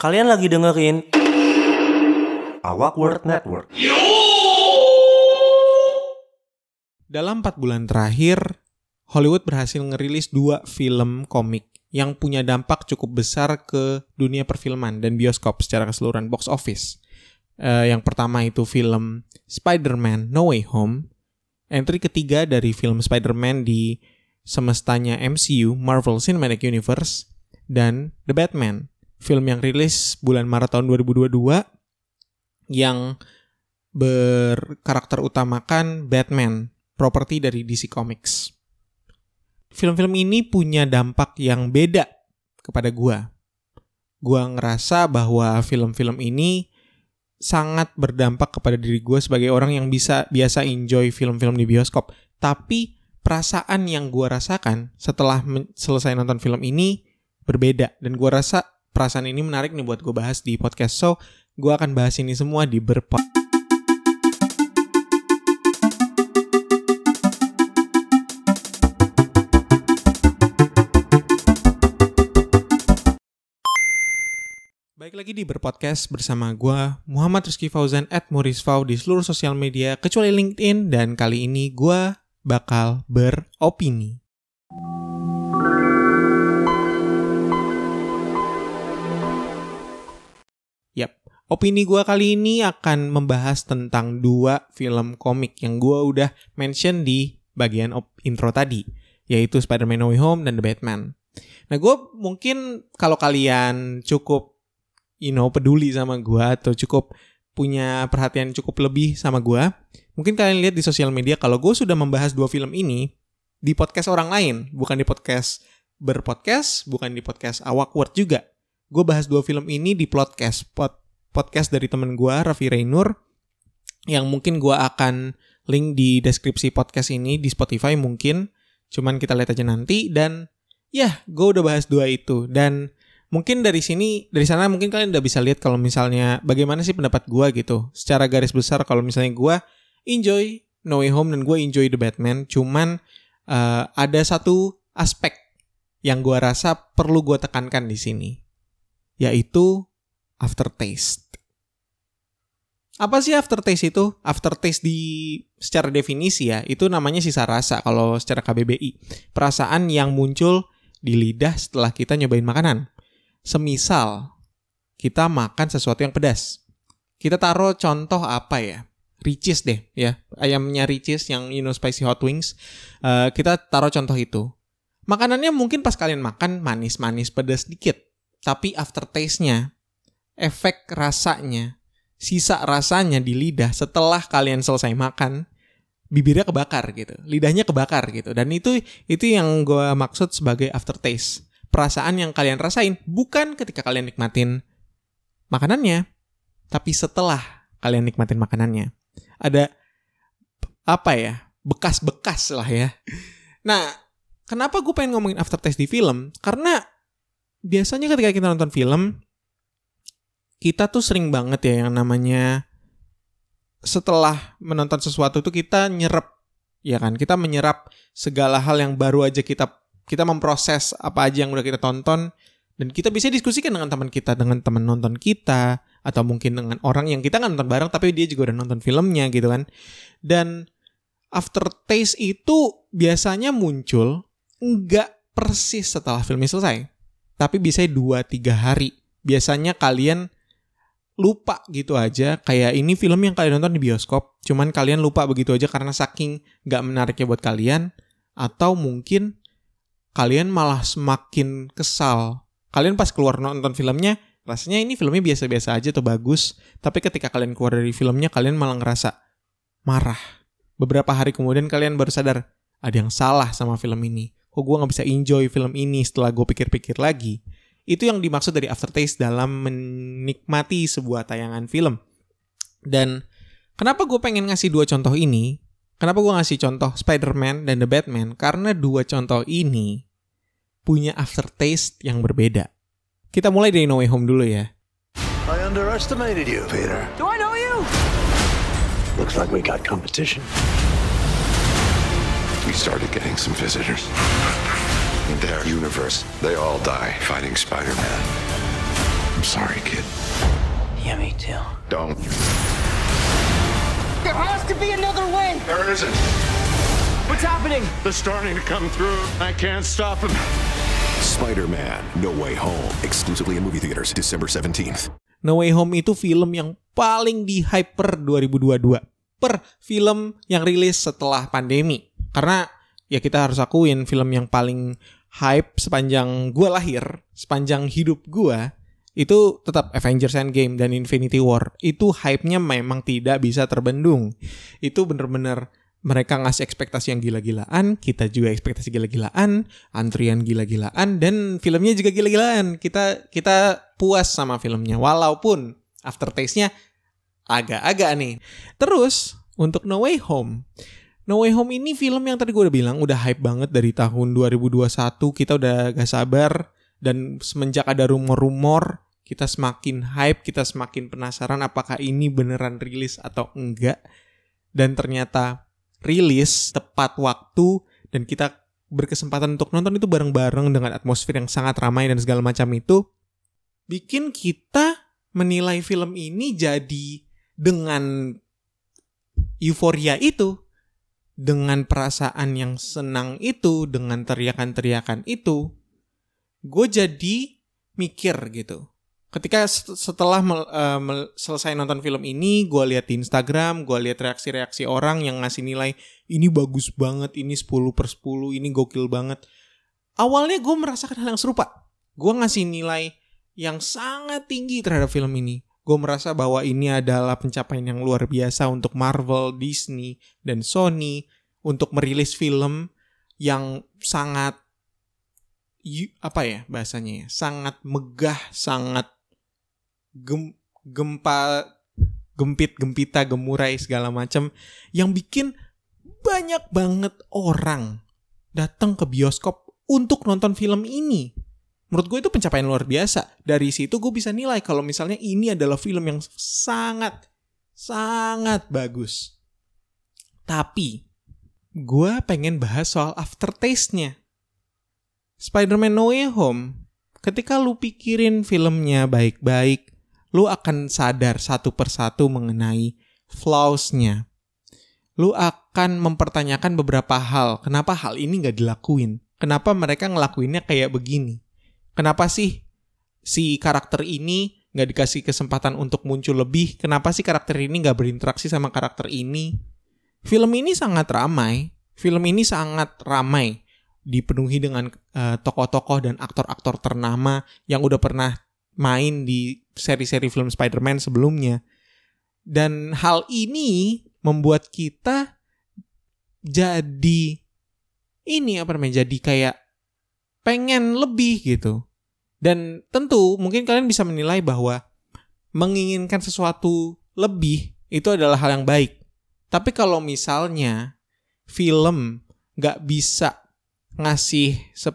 Kalian lagi dengerin Awak Word Network. Dalam 4 bulan terakhir, Hollywood berhasil ngerilis 2 film komik yang punya dampak cukup besar ke dunia perfilman dan bioskop secara keseluruhan box office. Yang pertama itu film Spider-Man No Way Home, entry ketiga dari film Spider-Man di semestanya MCU, Marvel Cinematic Universe, dan The Batman, film yang rilis bulan Maret tahun 2022 yang berkarakter utamakan Batman, properti dari DC Comics. Film-film ini punya dampak yang beda kepada gua. Gua ngerasa bahwa film-film ini sangat berdampak kepada diri gua sebagai orang yang biasa enjoy film-film di bioskop. Tapi perasaan yang gua rasakan setelah selesai nonton film ini berbeda. Dan gua rasa perasaan ini menarik nih buat gua bahas di podcast. So, gua akan bahas ini semua di Baik lagi di Berpodcast bersama gue Muhammad Rizky Fauzan @murizfau di seluruh sosial media kecuali LinkedIn, dan kali ini gue bakal beropini. Opini gue kali ini akan membahas tentang 2 film komik yang gue udah mention di bagian intro tadi, yaitu Spider-Man No Way Home dan The Batman. Nah, gue mungkin kalau kalian cukup peduli sama gue atau cukup punya perhatian cukup lebih sama gue, mungkin kalian lihat di sosial media kalau gue sudah membahas 2 film ini di podcast orang lain, bukan di podcast Berpodcast, bukan di podcast Awak Word juga. Gue bahas 2 film ini di podcast dari temen gue, Raffi Rainur, yang mungkin gue akan link di deskripsi podcast ini di Spotify mungkin, cuman kita lihat aja nanti. Dan ya, gue udah bahas 2 itu, dan mungkin dari sana mungkin kalian udah bisa lihat kalau misalnya bagaimana sih pendapat gue gitu. Secara garis besar kalau misalnya gue enjoy No Way Home dan gue enjoy The Batman, cuman ada satu aspek yang gue rasa perlu gue tekankan di sini, yaitu aftertaste. Apa sih aftertaste itu? Aftertaste secara definisi ya, itu namanya sisa rasa kalau secara KBBI. Perasaan yang muncul di lidah setelah kita nyobain makanan. Semisal kita makan sesuatu yang pedas. Kita taruh contoh apa ya? Richeese deh ya. Ayamnya Richeese yang spicy hot wings. Kita taruh contoh itu. Makanannya mungkin pas kalian makan manis-manis pedas dikit. Tapi aftertaste-nya, efek rasanya, sisa rasanya di lidah setelah kalian selesai makan, bibirnya kebakar gitu, lidahnya kebakar gitu. Dan itu yang gue maksud sebagai aftertaste. Perasaan yang kalian rasain bukan ketika kalian nikmatin makanannya, tapi setelah kalian nikmatin makanannya. Ada bekas-bekas lah ya. Nah, kenapa gue pengen ngomongin aftertaste di film? Karena biasanya ketika kita nonton film, kita tuh sering banget ya yang namanya setelah menonton sesuatu tuh kita nyerap, ya kan? Kita menyerap segala hal yang baru aja, kita memproses apa aja yang udah kita tonton, dan kita bisa diskusikan dengan teman kita, dengan teman nonton kita, atau mungkin dengan orang yang kita nggak nonton bareng tapi dia juga udah nonton filmnya gitu kan. Dan aftertaste itu biasanya muncul nggak persis setelah filmnya selesai, tapi bisa 2-3 hari. Biasanya kalian lupa gitu aja, kayak ini film yang kalian nonton di bioskop, cuman kalian lupa begitu aja karena saking gak menariknya buat kalian, atau mungkin kalian malah semakin kesal. Kalian pas keluar nonton filmnya, rasanya ini filmnya biasa-biasa aja atau bagus, tapi ketika kalian keluar dari filmnya, kalian malah ngerasa marah. Beberapa hari kemudian kalian baru sadar, ada yang salah sama film ini. Kok gue gak bisa enjoy film ini setelah gue pikir-pikir lagi. Itu yang dimaksud dari aftertaste dalam menikmati sebuah tayangan film. Dan kenapa gue pengen ngasih 2 contoh ini? Kenapa gue ngasih contoh Spider-Man dan The Batman? Karena 2 contoh ini punya aftertaste yang berbeda. Kita mulai dari No Way Home dulu ya. I underestimated you, Peter. Do I know you? Looks like we got competition. We started getting some visitors. In their universe, they all die fighting Spider-Man. I'm sorry, kid. Yeah, me too. Don't. There has to be another way! There isn't. What's happening? They're starting to come through. I can't stop them. Spider-Man No Way Home, exclusively in movie theaters December 17th. No Way Home itu film yang paling di-hype per 2022. Per film yang rilis setelah pandemi. Karena ya kita harus akuin film yang paling hype sepanjang gue lahir, sepanjang hidup gue, itu tetap Avengers Endgame dan Infinity War. Itu hype-nya memang tidak bisa terbendung. Itu bener-bener mereka ngasih ekspektasi yang gila-gilaan, kita juga ekspektasi gila-gilaan, antrian gila-gilaan, dan filmnya juga gila-gilaan. Kita puas sama filmnya, walaupun aftertaste-nya agak-agak nih. Terus, untuk No Way Home. No Way Home ini film yang tadi gue udah bilang, udah hype banget dari tahun 2021. Kita udah gak sabar. Dan semenjak ada rumor-rumor, kita semakin hype, kita semakin penasaran apakah ini beneran rilis atau enggak. Dan ternyata rilis tepat waktu, dan kita berkesempatan untuk nonton itu bareng-bareng dengan atmosfer yang sangat ramai dan segala macam itu. Bikin kita menilai film ini jadi dengan euforia itu, dengan perasaan yang senang itu, dengan teriakan-teriakan itu, gue jadi mikir gitu. Ketika setelah selesai nonton film ini, gue lihat di Instagram, gue lihat reaksi-reaksi orang yang ngasih nilai, ini bagus banget, ini 10/10, ini gokil banget. Awalnya gue merasakan hal yang serupa. Gue ngasih nilai yang sangat tinggi terhadap film ini. Gue merasa bahwa ini adalah pencapaian yang luar biasa untuk Marvel, Disney, dan Sony untuk merilis film yang sangat apa ya bahasanya ya, sangat megah, sangat gempita, gemurai segala macam, yang bikin banyak banget orang datang ke bioskop untuk nonton film ini. Menurut gue itu pencapaian luar biasa. Dari situ gue bisa nilai kalau misalnya ini adalah film yang sangat bagus. Tapi gue pengen bahas soal aftertaste-nya. Spider-Man No Way Home, ketika lu pikirin filmnya baik-baik, lu akan sadar satu persatu mengenai flaws-nya. Lu akan mempertanyakan beberapa hal. Kenapa hal ini gak dilakuin? Kenapa mereka ngelakuinnya kayak begini? Kenapa sih si karakter ini gak dikasih kesempatan untuk muncul lebih? Kenapa sih karakter ini gak berinteraksi sama karakter ini? Film ini sangat ramai. Dipenuhi dengan tokoh-tokoh dan aktor-aktor ternama yang udah pernah main di seri-seri film Spider-Man sebelumnya. Dan hal ini membuat kita jadi jadi kayak pengen lebih gitu. Dan tentu mungkin kalian bisa menilai bahwa menginginkan sesuatu lebih itu adalah hal yang baik. Tapi kalau misalnya film gak bisa ngasih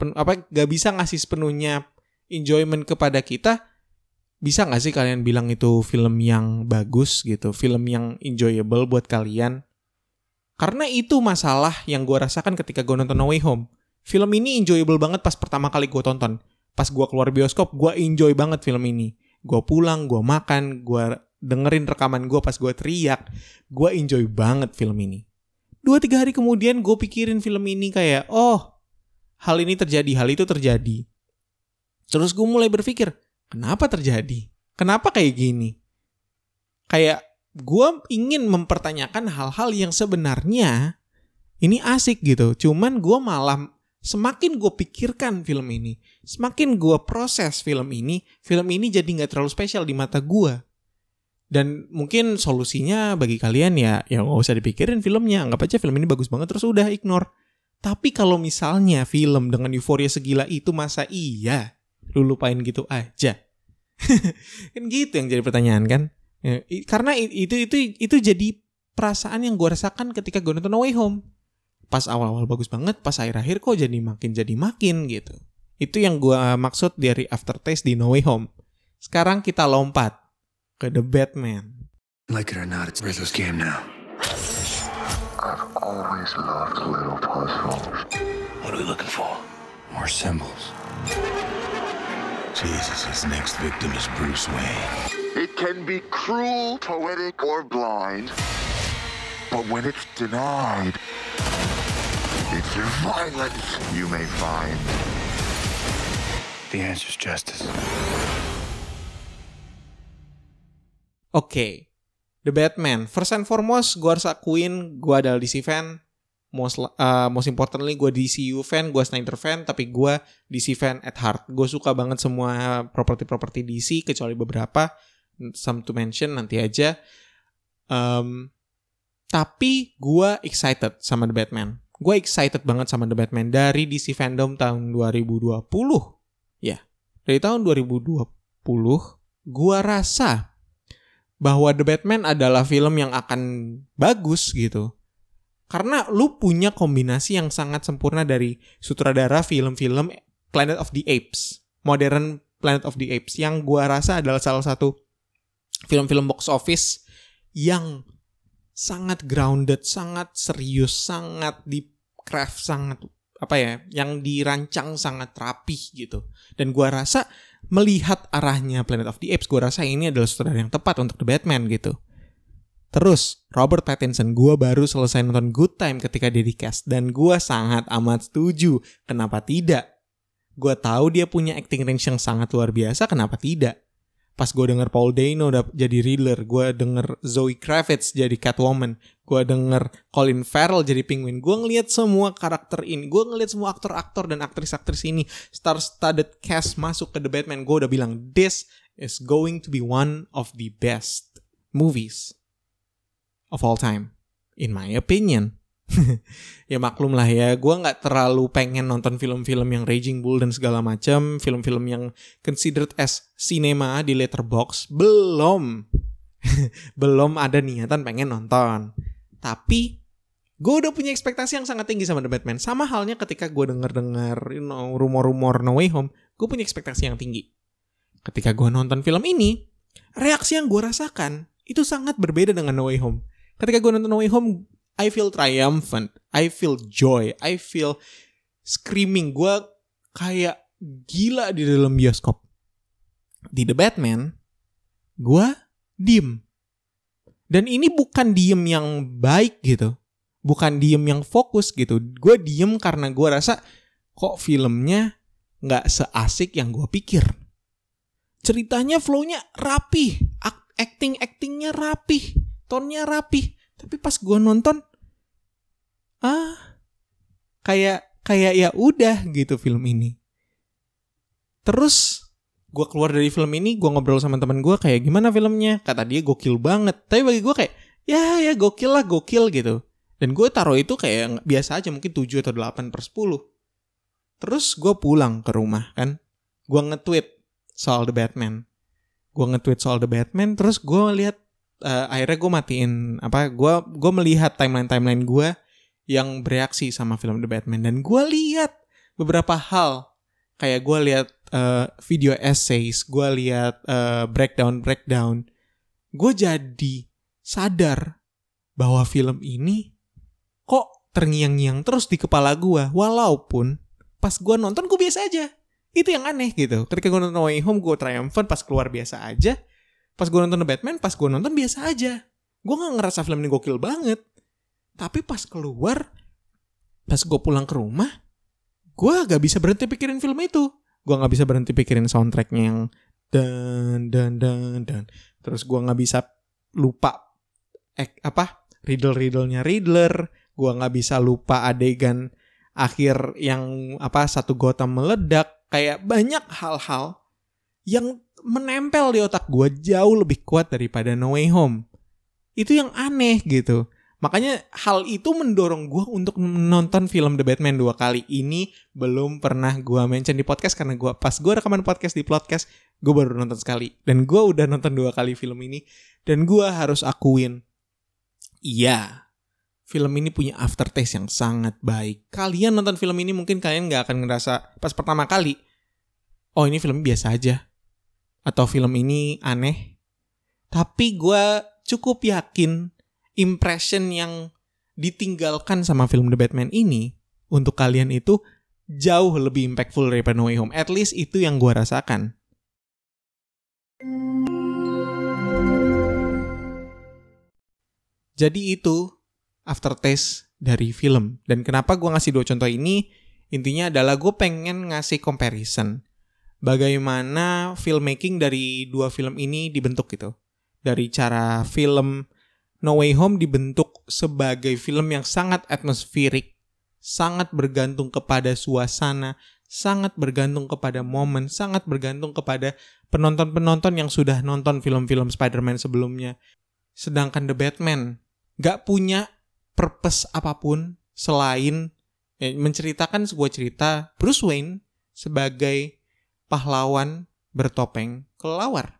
sepenuhnya enjoyment kepada kita, bisa gak sih kalian bilang itu film yang bagus gitu, film yang enjoyable buat kalian? Karena itu masalah yang gue rasakan ketika gue nonton No Way Home. Film ini enjoyable banget pas pertama kali gue tonton. Pas gue keluar bioskop, gue enjoy banget film ini. Gue pulang, gue makan, gue dengerin rekaman gue pas gue teriak. Gue enjoy banget film ini. 2-3 hari kemudian gue pikirin film ini kayak, oh, hal ini terjadi, hal itu terjadi. Terus gue mulai berpikir, kenapa terjadi? Kenapa kayak gini? Kayak gue ingin mempertanyakan hal-hal yang sebenarnya ini asik gitu. Cuman gue malah semakin gue pikirkan film ini, semakin gue proses film ini jadi gak terlalu spesial di mata gue. Dan mungkin solusinya bagi kalian ya gak usah dipikirin filmnya, anggap aja film ini bagus banget terus udah ignore. Tapi kalau misalnya film dengan euforia segila itu, masa iya lu lupain gitu aja? Kan gitu yang jadi pertanyaan kan. Ya, karena itu jadi perasaan yang gue rasakan ketika gue nonton No Way Home. Pas awal-awal bagus banget, pas akhir-akhir kok jadi makin gitu. Itu yang gue maksud dari aftertaste di No Way Home. Sekarang kita lompat ke The Batman. Like it or not, it's Rizzo's game now. I've always loved little puzzles. What are we looking for? More symbols. Jesus, his next victim is Bruce Wayne. It can be cruel, poetic, or blind. But when it's denied, it's your violence you may find. The answer's justice. Oke, The Batman. First and foremost, gue harus akuin gue adalah DC fan. Most importantly, gue DCU fan, gue Snyder fan, tapi gue DC fan at heart. Gue suka banget semua properti-properti DC, kecuali beberapa. Some to mention nanti aja. Tapi gue excited sama The Batman. Gue excited banget sama The Batman dari DC fandom tahun 2020. Ya, dari tahun 2020, gue rasa bahwa The Batman adalah film yang akan bagus gitu. Karena lu punya kombinasi yang sangat sempurna dari sutradara film-film Planet of the Apes. Modern Planet of the Apes. Yang gue rasa adalah salah satu film-film box office yang sangat grounded, sangat serius, sangat deep craft, sangat yang dirancang sangat rapih gitu. Dan gue rasa melihat arahnya Planet of the Apes, gue rasa ini adalah sutradara yang tepat untuk The Batman gitu. Terus Robert Pattinson, gue baru selesai nonton Good Time ketika dia di-cast dan gue sangat amat setuju. Kenapa tidak? Gue tahu dia punya acting range yang sangat luar biasa, kenapa tidak? Pas gue denger Paul Dano udah jadi Riddler, gue denger Zoe Kravitz jadi Catwoman, gue denger Colin Farrell jadi Penguin, gue ngeliat semua karakter ini, gue ngeliat semua aktor-aktor dan aktris-aktris ini, star-studded cast masuk ke The Batman, gue udah bilang, this is going to be one of the best movies of all time, in my opinion. Ya maklum lah ya, gue gak terlalu pengen nonton film-film yang Raging Bull dan segala macam, film-film yang considered as cinema di Letterboxd, belum ada niatan pengen nonton. Tapi gue udah punya ekspektasi yang sangat tinggi sama The Batman. Sama halnya ketika gue denger rumor-rumor No Way Home, gue punya ekspektasi yang tinggi. Ketika gue nonton film ini, reaksi yang gue rasakan itu sangat berbeda dengan No Way Home. Ketika gue nonton No Way Home, I feel triumphant, I feel joy, I feel screaming. Gue kayak gila di dalam bioskop. Di The Batman, gue diem. Dan ini bukan diem yang baik gitu. Bukan diem yang fokus gitu. Gue diem karena gue rasa kok filmnya gak seasik yang gue pikir. Ceritanya flow-nya rapih, acting-actingnya rapih, tone-nya rapih. Tapi pas gue nonton, kayak ya udah gitu film ini. Terus gue keluar dari film ini, gue ngobrol sama teman gue kayak gimana filmnya? Kata dia gokil banget. Tapi bagi gue kayak ya gokil gitu. Dan gue taruh itu kayak biasa aja, mungkin 7 atau 8/10. Terus gue pulang ke rumah kan, gue nge-tweet soal The Batman. Terus gue lihat. Akhirnya gue matiin gue melihat timeline gue yang bereaksi sama film The Batman, dan gue lihat beberapa hal, kayak gue lihat video essays, gue lihat breakdown, gue jadi sadar bahwa film ini kok terngiang-ngiang terus di kepala gue, walaupun pas gue nonton gue biasa aja. Itu yang aneh gitu. Ketika gue nonton No Way Home gue triumphant, pas keluar biasa aja. Pas gue nonton The Batman, pas gue nonton biasa aja. Gue gak ngerasa film ini gokil banget. Tapi pas keluar, pas gue pulang ke rumah, gue gak bisa berhenti pikirin film itu. Gue gak bisa berhenti pikirin soundtracknya yang dan. Terus gue gak bisa lupa riddle-nya Riddler. Gue gak bisa lupa adegan akhir yang satu Gotham meledak. Kayak banyak hal-hal yang menempel di otak gue jauh lebih kuat daripada No Way Home. Itu yang aneh gitu. Makanya hal itu mendorong gue untuk menonton film The Batman 2 kali. Ini belum pernah gue mention di podcast, karena pas gue rekaman podcast di podcast, gue baru nonton sekali. Dan gue udah nonton 2 kali film ini. Dan gue harus akuin, iya, film ini punya aftertaste yang sangat baik. Kalian nonton film ini mungkin kalian gak akan ngerasa pas pertama kali, oh ini film biasa aja, atau film ini aneh. Tapi gue cukup yakin impression yang ditinggalkan sama film The Batman ini untuk kalian itu jauh lebih impactful daripada No Way Home. At least itu yang gue rasakan. Jadi itu aftertaste dari film. Dan kenapa gue ngasih 2 contoh ini? Intinya adalah gue pengen ngasih comparison. Bagaimana filmmaking dari 2 film ini dibentuk gitu. Dari cara film No Way Home dibentuk sebagai film yang sangat atmosferik, sangat bergantung kepada suasana, sangat bergantung kepada momen, sangat bergantung kepada penonton-penonton yang sudah nonton film-film Spider-Man sebelumnya. Sedangkan The Batman gak punya purpose apapun selain menceritakan sebuah cerita Bruce Wayne sebagai pahlawan bertopeng kelelawar.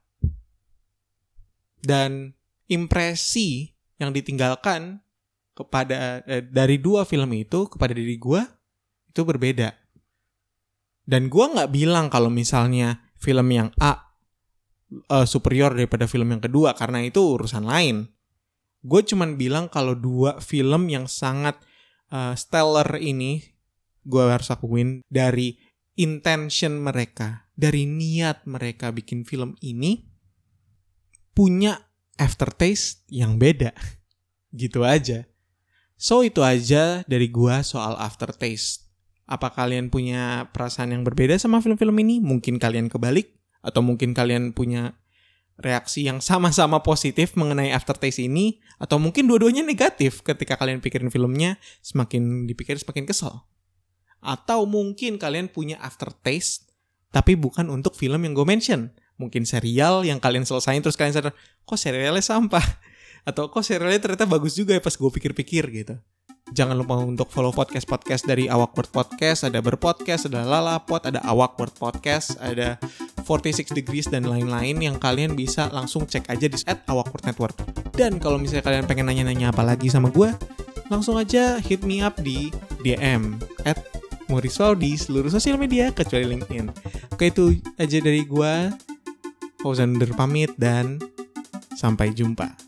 Dan impresi yang ditinggalkan kepada dari 2 film itu kepada diri gue itu berbeda. Dan gue gak bilang kalau misalnya film yang A superior daripada film yang kedua, karena itu urusan lain. Gue cuman bilang kalau 2 film yang sangat stellar ini, gue harus akuin dari intention mereka, dari niat mereka bikin film ini, punya aftertaste yang beda. Gitu aja. So itu aja dari gue soal aftertaste. Apa kalian punya perasaan yang berbeda sama film-film ini? Mungkin kalian kebalik, atau mungkin kalian punya reaksi yang sama-sama positif mengenai aftertaste ini, atau mungkin dua-duanya negatif ketika kalian pikirin filmnya, semakin dipikir semakin kesel. Atau mungkin kalian punya aftertaste tapi bukan untuk film yang gue mention. Mungkin serial yang kalian selesain terus kalian sadar, kok serialnya sampah, atau kok serialnya ternyata bagus juga ya pas gue pikir-pikir gitu. Jangan lupa untuk follow podcast-podcast dari Awkward Podcast. Ada Berpodcast, ada Lalapod, ada Awkward Podcast, ada 46 Degrees dan lain-lain yang kalian bisa langsung cek aja di @awkwardnetwork. Dan kalau misalnya kalian pengen nanya-nanya apa lagi sama gue, langsung aja hit me up di DM @Moriswau di seluruh sosial media kecuali LinkedIn. Oke, itu aja dari gue. Fauzan undur pamit dan sampai jumpa.